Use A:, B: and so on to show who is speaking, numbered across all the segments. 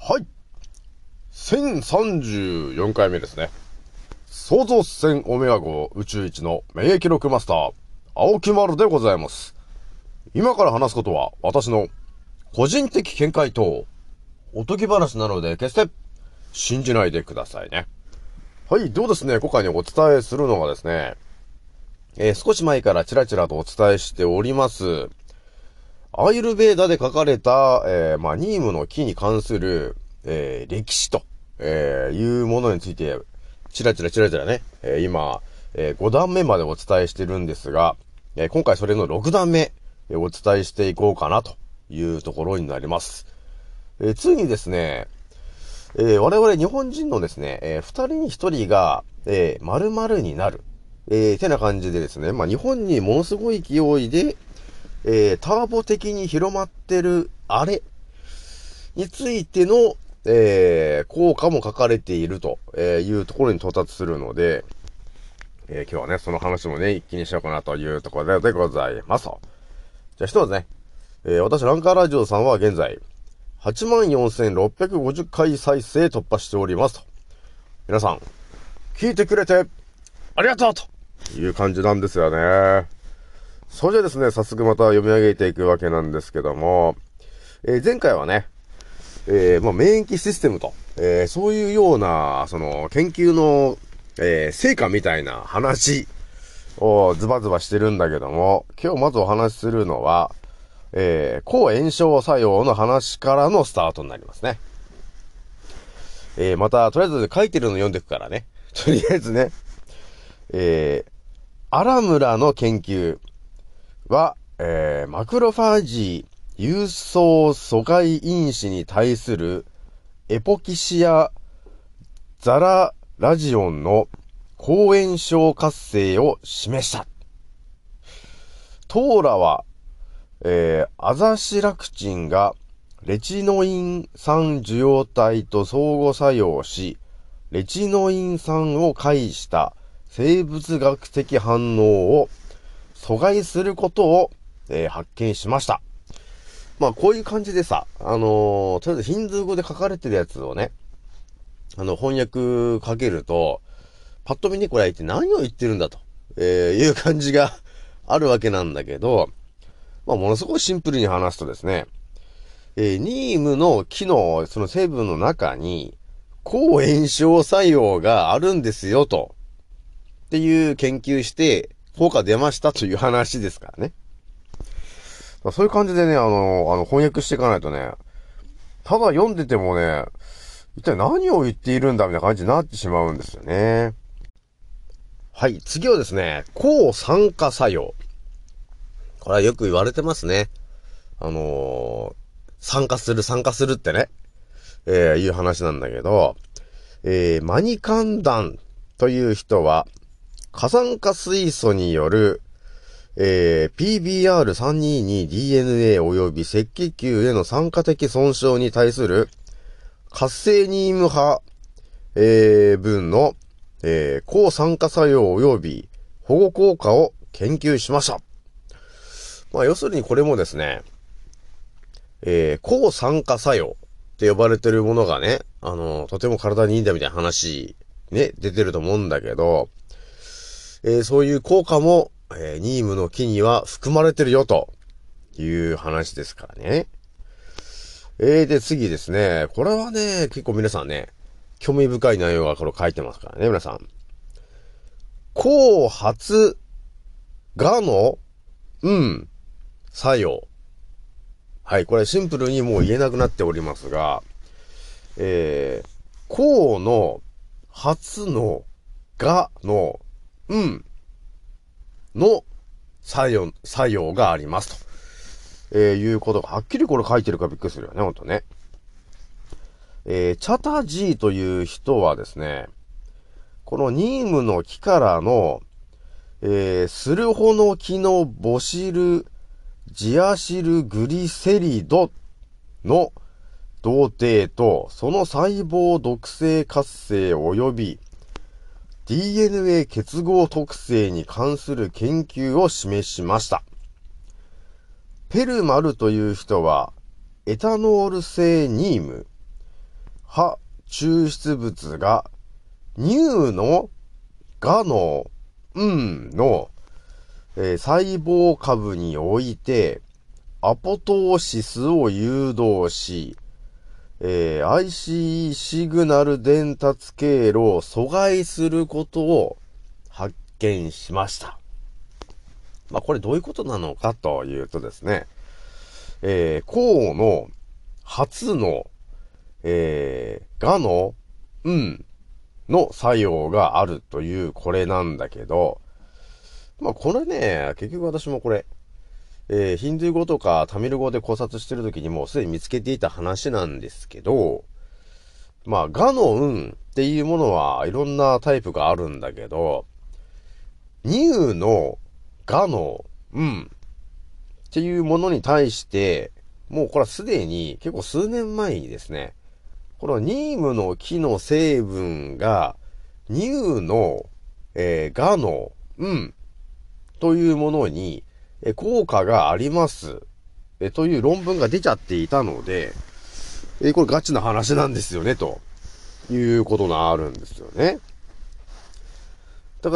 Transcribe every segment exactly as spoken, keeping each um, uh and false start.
A: はい。せんさんじゅうよんかいめですね。創造船オメガ号宇宙一の免疫力マスター、青木丸でございます。今から話すことは私の個人的見解とおとぎ話なので決して信じないでくださいね。はい、どうですね、今回にお伝えするのはですね、えー、少し前からちらちらとお伝えしております、アイルベーダで書かれた、えー、まあ、ニームの木に関する、えー、歴史と、えー、いうものについて、ちらちらちらちらね、えー、今、えー、ごだんめまでお伝えしてるんですが、えー、今回それのろくだんめ、えー、お伝えしていこうかなというところになります。えー、次にですね、えー、我々日本人のですね、えー、ふたりにひとりが、えー、〇〇になる、えー、てな感じでですね、まあ、日本にものすごい勢いで、えー、ターボ的に広まってるあれについての、えー、効果も書かれているというところに到達するので、えー、今日はね、その話もね、一気にしようかなというところでございます。じゃあ一つね、えー、私ランカーラジオさんは現在、はちまんよんせんろっぴゃくごじゅっかい再生突破しておりますと。皆さん、聞いてくれてありがとうという感じなんですよね。それじゃですね、早速また読み上げていくわけなんですけども、えー、前回はね、えー、まあ、免疫システムと、えー、そういうような、その、研究の、えー、成果みたいな話をズバズバしてるんだけども、今日まずお話しするのは、えー、抗炎症作用の話からのスタートになりますね。えー、また、とりあえず書いてるの読んでいくからね。とりあえずね、えー、アラムラの研究は、えー、マクロファージ郵送阻害因子に対するエポキシアザララジオンの抗炎症活性を示した。トーラは、えー、アザシラクチンがレチノイン酸受容体と相互作用し、レチノイン酸を介した生物学的反応を阻害することを、えー、発見しました。まあこういう感じでさ、あのー、とりあえずヒンズー語で書かれてるやつをね、あの翻訳かけると、パッと見にこれは一体何を言ってるんだと、えー、いう感じがあるわけなんだけど、まあものすごいシンプルに話すとですね、えー、ニームの木のその成分の中に抗炎症作用があるんですよと、っていう研究して効果出ましたという話ですからね。そういう感じでね、あの、あの翻訳していかないとね、ただ読んでてもね、一体何を言っているんだみたいな感じになってしまうんですよね。はい、次はですね、抗酸化作用。これはよく言われてますね。あのー、酸化する、酸化するってね、えー、いう話なんだけど、えー、マニカンダンという人は、過酸化水素による、えー、ピービーアールさんにーにーディーエヌエー 及び赤血球への酸化的損傷に対する活性ニーム波、えー、分の、えー、抗酸化作用及び保護効果を研究しました。まあ、要するにこれもですね、えー、抗酸化作用って呼ばれてるものがね、あの、とても体にいいんだみたいな話、ね、出てると思うんだけど、えー、そういう効果も、えー、ニームの木には含まれてるよという話ですからね。えー、で、次ですね。これはね、結構皆さんね、興味深い内容がこれ書いてますからね、皆さん。後発がの、うん、作用。はい、これシンプルにもう言えなくなっておりますが、えー、後の、発の、がの、うん、の作用、作用がありますと。えー、いうことがはっきりこれ書いてるからびっくりするよね、ほんとね。えー、チャタジーという人はですね、このニームの木からの、えー、スルホの木のボシル、ジアシルグリセリドの同定と、その細胞毒性活性及び ディーエヌエー 結合特性に関する研究を示しました。ペルマルという人は、エタノール性ニーム、 歯抽出物が乳のがのんの、えー細胞株においてアポトーシスを誘導し、えー アイシー シグナル伝達経路を阻害することを発見しました。まあ、これどういうことなのかというとですね、えー、項の初の、えー、がの、んの作用があるというこれなんだけど、まあ、これね、結局私もこれ、えー、ヒンドゥー語とかタミル語で考察してる時にもうすでに見つけていた話なんですけど、まあ、がのんっていうものはいろんなタイプがあるんだけど、乳のがのんっていうものに対して、もうこれはすでに結構数年前にですね、このニームの木の成分が乳の、えー、がのんというものに、えー、効果があります、えー、という論文が出ちゃっていたので、えー、これガチな話なんですよね、ということがあるんですよね。だから、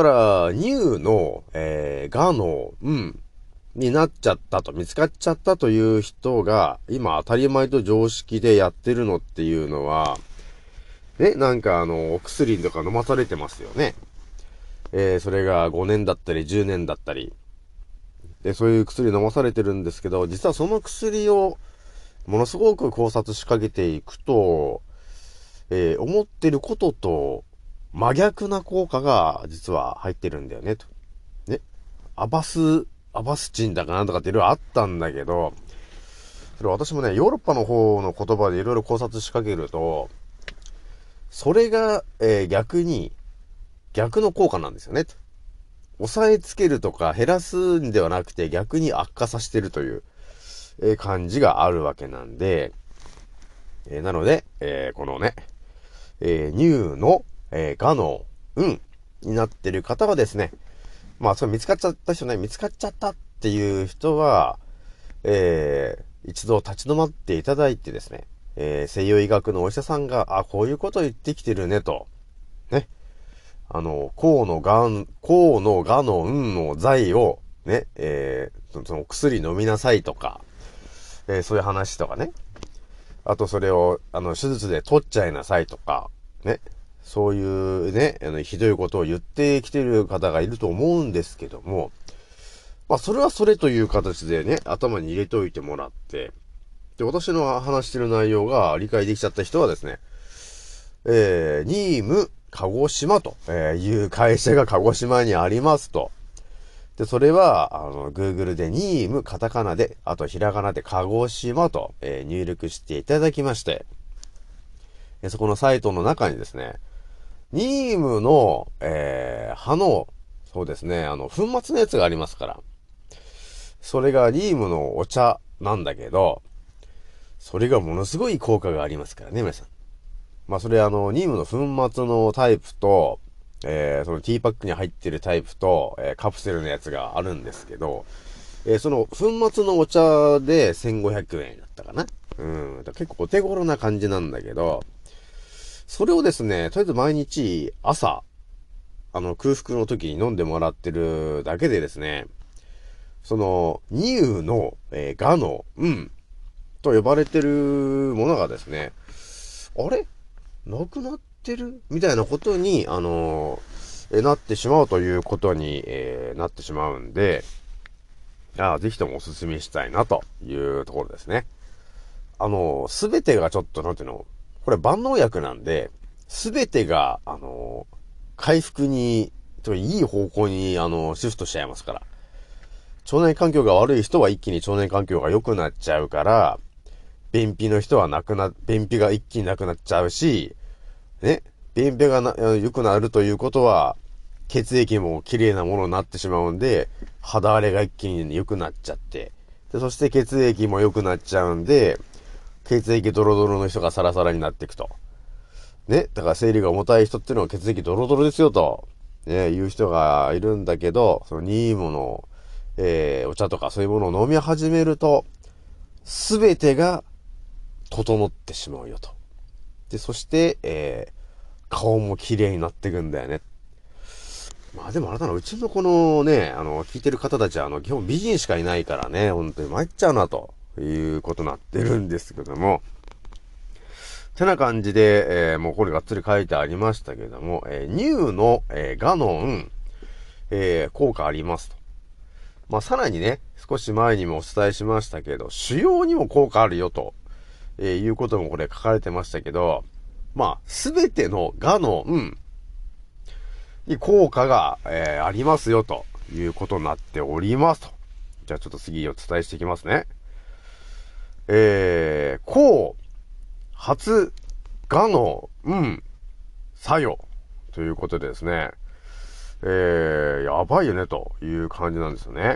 A: 乳の、えー、がのんになっちゃったと、見つかっちゃったという人が、今当たり前と常識でやってるのっていうのは、ね、なんかあの、お薬とか飲まされてますよね。えー、それがごねんだったりじゅうねんだったり。で、そういう薬飲まされてるんですけど、実はその薬を、ものすごく考察しかけていくと、えー、思ってることと真逆な効果が実は入ってるんだよね、と。ね。アバス、アバスチンだかなんとかっていろいろあったんだけど、それ私もね、ヨーロッパの方の言葉でいろいろ考察しかけると、それが、えー、逆に、逆の効果なんですよね。抑えつけるとか減らすんではなくて逆に悪化させてるという、えー、感じがあるわけなんで、えー、なので、えー、このね、えー、乳の、えー、がの、うんになってる方はですね、まあ、それ見つかっちゃった人ね、見つかっちゃったっていう人は、えー、一度立ち止まっていただいてですね、えー、西洋医学のお医者さんが、あ、こういうこと言ってきてるねと、ね、あの、項のがん、項のがのんの剤を、ね、えー、その薬飲みなさいとか、えー、そういう話とかね。あとそれを、あの、手術で取っちゃいなさいとか、ね。そういうね、あの、ひどいことを言ってきてる方がいると思うんですけども、まあ、それはそれという形でね、頭に入れておいてもらって、で、私の話してる内容が理解できちゃった人はですね、えー、ニーム鹿児島という会社が鹿児島にありますと。で、それは、あの、Google でニーム、カタカナで、あとひらがなで鹿児島と、えー、入力していただきまして、そこのサイトの中にですね、ニームの、えー、葉の、そうですね、あの、粉末のやつがありますから、それがニームのお茶なんだけど、それがものすごい効果がありますからね、皆さん。まあ、それあの、ニームの粉末のタイプと、えー、そのティーパックに入ってるタイプと、えー、カプセルのやつがあるんですけど、えー、その粉末のお茶でせんごひゃくえんだったかな。うん。結構お手頃な感じなんだけど、それをですね、とりあえず毎日朝、あの空腹の時に飲んでもらってるだけでですね、その、乳の、えー、ガの、うん、と呼ばれてるものがですね、あれなくなってるみたいなことに、あのー、えなってしまうということに、えー、なってしまうんで、あぜひともお勧めしたいなというところですね。あのすべてがちょっと、なんていうの、これ万能薬なんで、すべてが、あのー、回復に、といい方向に、あのー、シフトしちゃいますから。腸内環境が悪い人は一気に腸内環境が良くなっちゃうから、便秘の人はなくな、便秘が一気になくなっちゃうし、ね、便秘がな良くなるということは、血液も綺麗なものになってしまうんで、肌荒れが一気に良くなっちゃって、で、そして血液も良くなっちゃうんで、血液ドロドロの人がサラサラになっていくと。ね、だから生理が重たい人っていうのは血液ドロドロですよと、ね、いう人がいるんだけど、そのニームの、えー、お茶とかそういうものを飲み始めると、すべてが整ってしまうよと。 で、そして、えー、顔も綺麗になっていくんだよね。まあでもあれだな、うちのこのね、あの、聞いてる方たちは、あの、基本美人しかいないからね、本当に参っちゃうな、ということになってるんですけども、てな感じで、えー、もうこれがっつり書いてありましたけども、えー、乳の、えー、ガノン、えー、効果ありますと。まあ、さらにね、少し前にもお伝えしましたけど、腫瘍にも効果あるよと、えー、いうこともこれ書かれてましたけど、まあ、すべてのガノンに効果が、えー、ありますよということになっておりますと。じゃあちょっと次お伝えしていきますね。えー、抗発ガノン作用ということでですね、えー、やばいよねという感じなんですよね。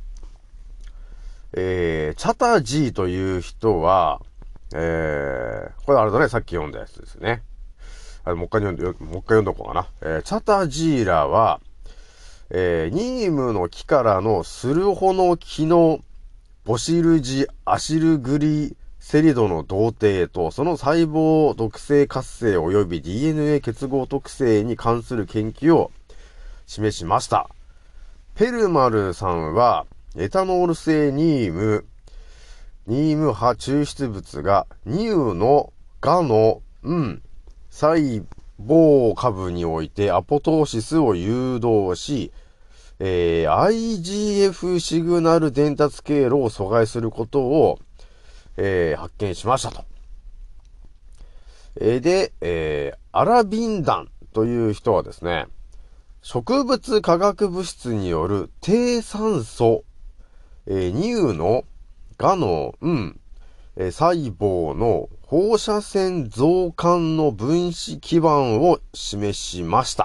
A: えー、チャタジーという人は、えー、これあれだね、さっき読んだやつですね。あもう一回読んで、もう一回読んどこうかな。えー、チャタジーラは、えー、ニームの木からのスルホの木のボシルジアシルグリセリドの同定と、その細胞毒性活性及び ディーエヌエー 結合特性に関する研究を示しました。ペルマルさんは、エタノール性ニーム、ニーム波抽出物が乳のガの、うん、細胞株においてアポトーシスを誘導し、えー、アイジーエフ シグナル伝達経路を阻害することを、えー、発見しましたと。えー、で、えー、アラビンダンという人はですね、植物化学物質による低酸素、えー、乳のガの、うん、えー、細胞の放射線増刊の分子基盤を示しました。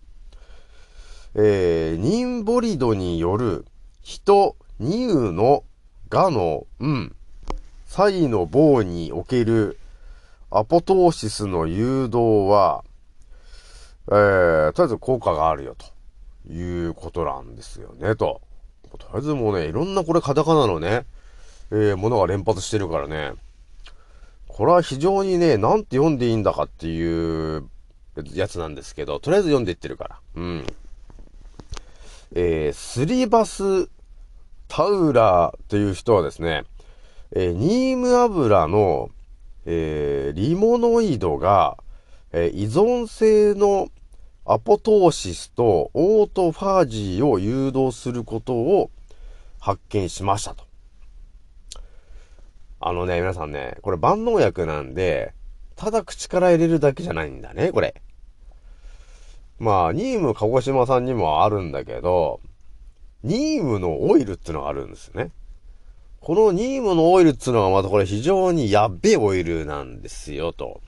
A: えー、ニンボリドによる人、乳のガの、うん、細の棒におけるアポトーシスの誘導は、えー、とりあえず効果があるよということなんですよね、と。とりあえずもうね、いろんなこれカタカナのね、えー、ものが連発してるからね、これは非常にね、なんて読んでいいんだかっていうやつなんですけど、とりあえず読んでいってるから。うん。えー、スリバス・タウラーという人はですね、えー、ニーム油の、えー、リモノイドが、えー、依存性のアポトーシスとオートファージーを誘導することを発見しましたと。あのね、皆さんね、これ万能薬なんで、ただ口から入れるだけじゃないんだね、これ。まあ、ニーム鹿児島さんにもあるんだけど、ニームのオイルってのがあるんですよね。このニームのオイルってのはまたこれ非常にやっべえオイルなんですよ、と。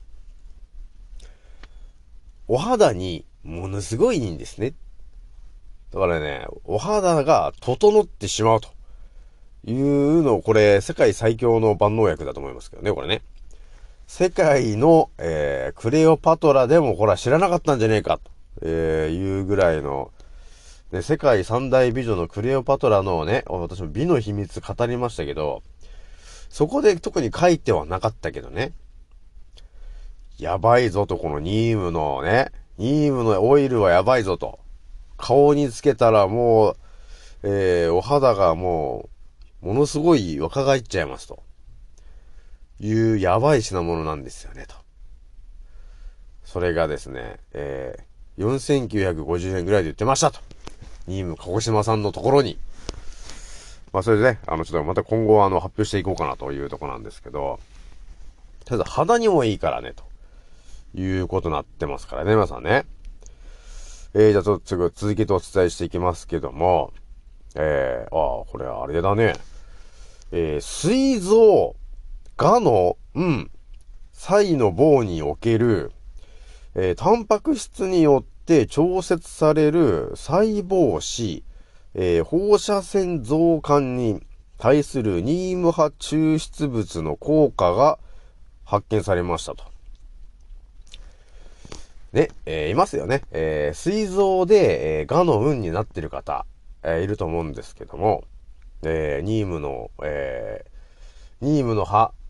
A: お肌にものすごいいいんですね。だからね、お肌が整ってしまうというのを、これ世界最強の万能薬だと思いますけどね、これね。世界の、えー、クレオパトラでもこれは知らなかったんじゃねえかと、えー、いうぐらいの、ね、世界三大美女のクレオパトラのね、私も美の秘密語りましたけど、そこで特に書いてはなかったけどね。やばいぞと、このニームのね、ニームのオイルはやばいぞと。顔につけたらもう、えー、お肌がもう、ものすごい若返っちゃいますと。いうやばい品物なんですよね、と。それがですね、えー、よんせんきゅうひゃくごじゅうえんぐらいで売ってましたと。ニーム鹿児島さんのところに。まあそれでね、あのちょっとまた今後あの発表していこうかなというところなんですけど、とりあえず肌にもいいからね、ということになってますからね、皆さんね。えー、じゃあちょっと続けてお伝えしていきますけども、えー、ああ、これあれだね。えー、膵臓、がの、うん、細の棒における、えー、タンパク質によって調節される細胞子、えー、放射線増刊に対するニーム波抽出物の効果が発見されましたと。ね、えー、いますよね。えー、膵臓で、えー、がの運になってる方、えー、いると思うんですけども、えー、ニームの、えー、ニームの葉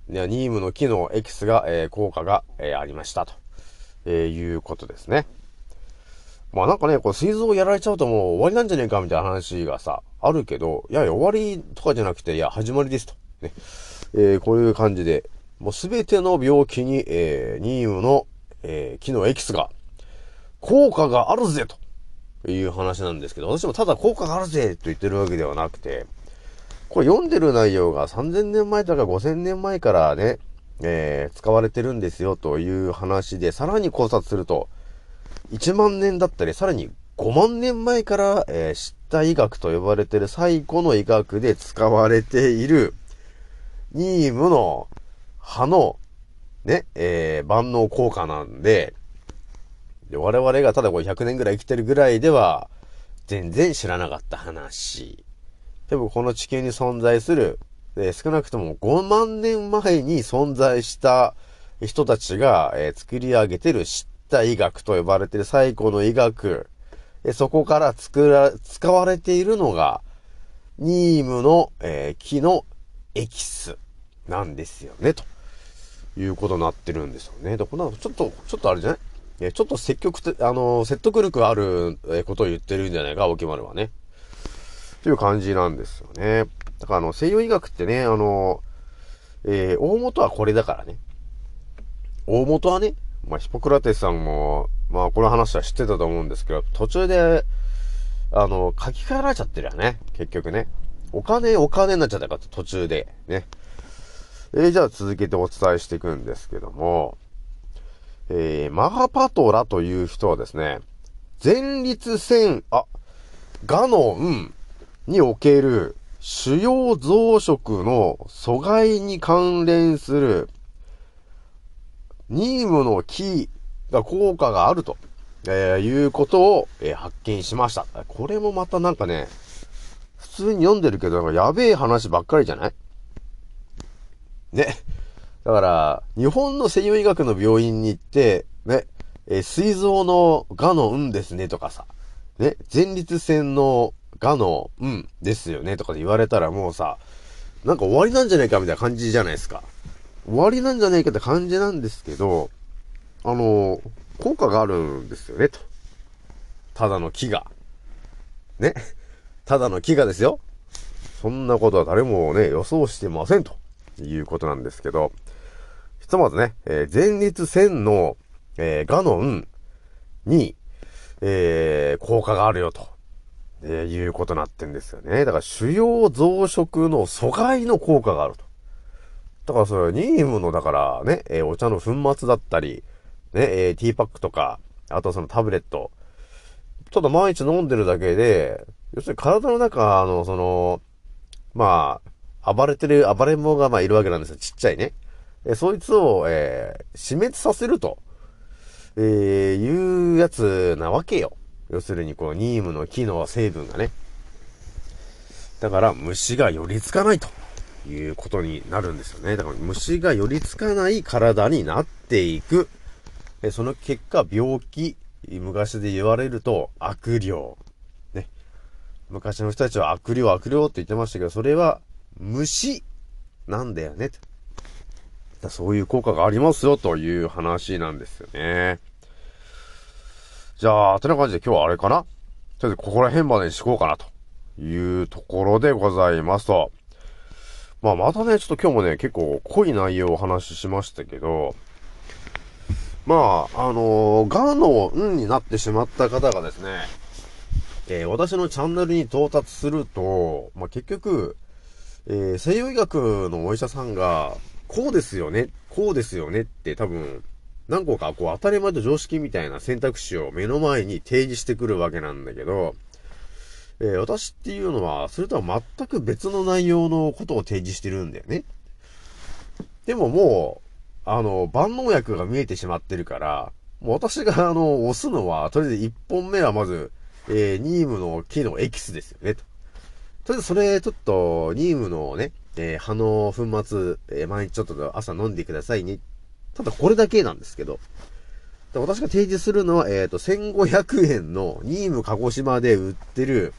A: ニームの木のエキスが、えー、効果が、えー、ありましたと、えー、いうことですね。まあなんかね、こう、膵臓やられちゃうともう終わりなんじゃねえかみたいな話がさ、あるけど、いやいや終わりとかじゃなくて、いや、始まりですと。ね。えー、こういう感じで、もうすべての病気に、えー、ニームの、えー、木のエキスが、効果があるぜという話なんですけど、私もただ効果があるぜと言ってるわけではなくて、これ読んでる内容がさんぜんねんまえとかごせんねんまえからね、えー、使われてるんですよという話で、さらに考察すると、いちまんねんだったり、さらにごまんねんまえから、えー、知った医学と呼ばれている最古の医学で使われている、ニームの葉の、ね、えー、万能効果なんで、で我々がただこれひゃくねんぐらい生きてるぐらいでは、全然知らなかった話。でもこの地球に存在する、えー、少なくともごまんねんまえに存在した人たちが、えー、作り上げてる知った医学と呼ばれている最古の医学。えー、そこから作ら、使われているのが、ニームの、えー、木のエキスなんですよね、ということになってるんですよね。で、このちょっと、ちょっとあれじゃないえ、ちょっと積極的、あのー、説得力あることを言ってるんじゃないか、沖丸はね。という感じなんですよね。だからあの、西洋医学ってね、あのー、えー、大元はこれだからね。大元はね、まあ、ヒポクラテスさんも、まあ、この話は知ってたと思うんですけど、途中で、あの、書き換えられちゃってるよね。結局ね。お金、お金になっちゃったから途中で。ね。えー、じゃあ続けてお伝えしていくんですけども、えー、マハパトラという人はですね、前立腺、あ、ガの運における腫瘍増殖の阻害に関連するニームの木が効果があると、えー、いうことを、えー、発見しました。これもまたなんかね、普通に読んでるけど、なんかやべえ話ばっかりじゃないね。だから、日本の西洋医学の病院に行って、ね、えー、膵臓のガの運ですねとかさ、ね、前立腺のガの運ですよねとか言われたらもうさ、なんか終わりなんじゃねえかみたいな感じじゃないですか。終わりなんじゃねえかって感じなんですけど、あのー、効果があるんですよね、と。ただの木が。ね。ただの木がですよ。そんなことは誰もね、予想してませんということなんですけど、ひとまずね、えー、前立腺の、えー、ガの運に、えー、効果があるよと、えー、いうことになってんですよね。だから腫瘍増殖の阻害の効果があると。だからそれニームのだからね、えー、お茶の粉末だったり、ね、えー、ティーパックとか、あとそのタブレット、ただ毎日飲んでるだけで、要するに体の中のその、まあ、暴れてる暴れん坊がまあいるわけなんですよ。ちっちゃいね。えー、そいつを、えー、死滅させると、えー、いうやつなわけよ。要するにこう、ニームの木の成分がね。だから虫が寄りつかないということになるんですよね。だから虫が寄りつかない体になっていく。えその結果、病気、昔で言われると悪霊。ね。昔の人たちは悪霊、悪霊って言ってましたけど、それは虫なんだよね。そういう効果がありますよという話なんですよね。じゃあ、てな感じで今日はあれかなとりあえずここら辺までにしこうかなというところでございますと。まあまたね、ちょっと今日もね、結構濃い内容をお話ししましたけど、まあ、あのー、ガの運になってしまった方がですね、えー、私のチャンネルに到達すると、まあ結局、えー、西洋医学のお医者さんが、こうですよね、こうですよねって多分、何個かこう当たり前と常識みたいな選択肢を目の前に提示してくるわけなんだけど、えー、私っていうのは、それとは全く別の内容のことを提示してるんだよね。でももう、あの、万能薬が見えてしまってるから、もう私があの、押すのは、とりあえず一本目はまず、えー、ニームの木のエキスですよね、と。とりあえずそれ、ちょっと、ニームのね、えー、葉の粉末、えー、毎日ちょっと朝飲んでくださいね。ただこれだけなんですけど、私が提示するのは、えっと、せんごひゃくえんのニーム鹿児島で売ってる、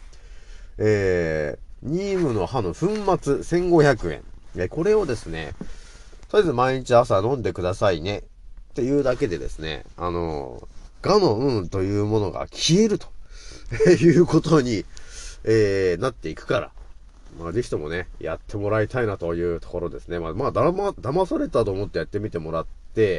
A: えー、ニームの葉の粉末せんごひゃくえん。これをですね、 とりあえず毎日朝飲んでくださいね。っていうだけでですね、あの、我の運というものが消えるということに、えー、なっていくから、まあ、ぜひともね、やってもらいたいなというところですね。まあ、まあ、だま、騙されたと思ってやってみてもらって、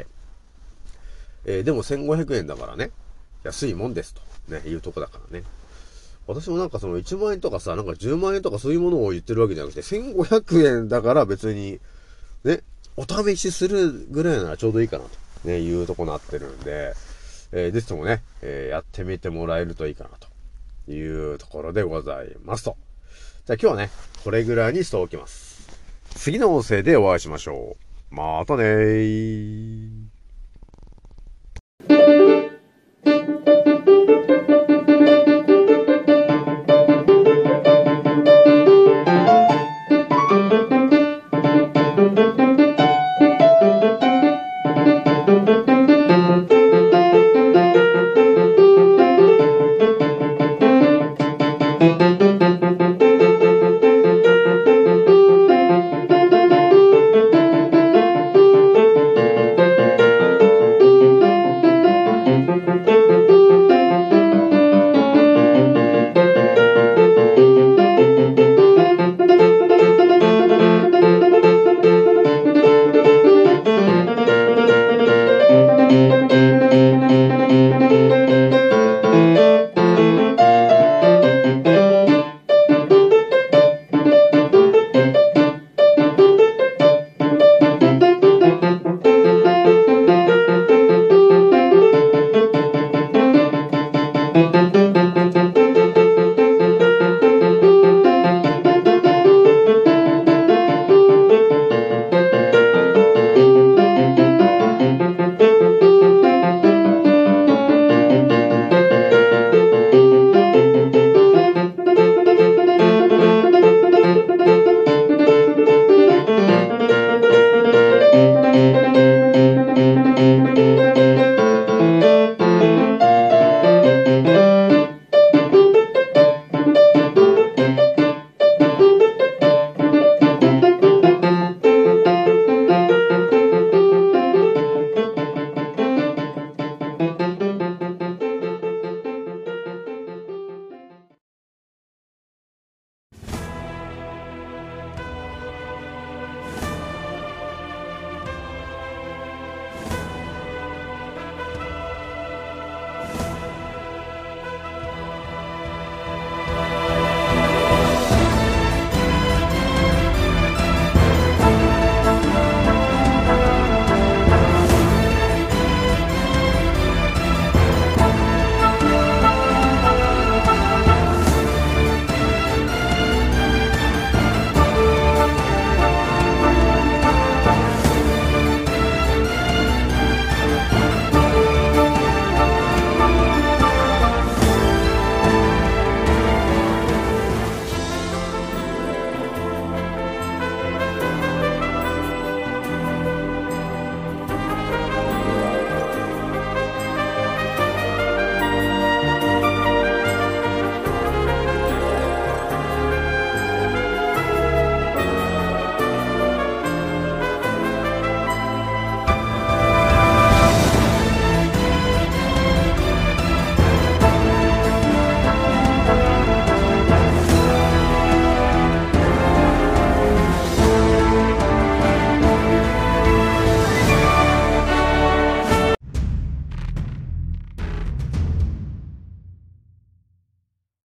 A: えー、でもせんごひゃくえんだからね、安いもんですと、ね、いうとこだからね。私もなんかそのいちまん円とかさ、なんかじゅうまん円とかそういうものを言ってるわけじゃなくて、せんごひゃくえんだから別に、ね、お試しするぐらいならちょうどいいかなと、ね、いうとこなってるんで、えー、ぜひともね、えー、やってみてもらえるといいかなというところでございますと。じゃあ今日はね、これぐらいにしておきます。次の音声でお会いしましょう。またねー。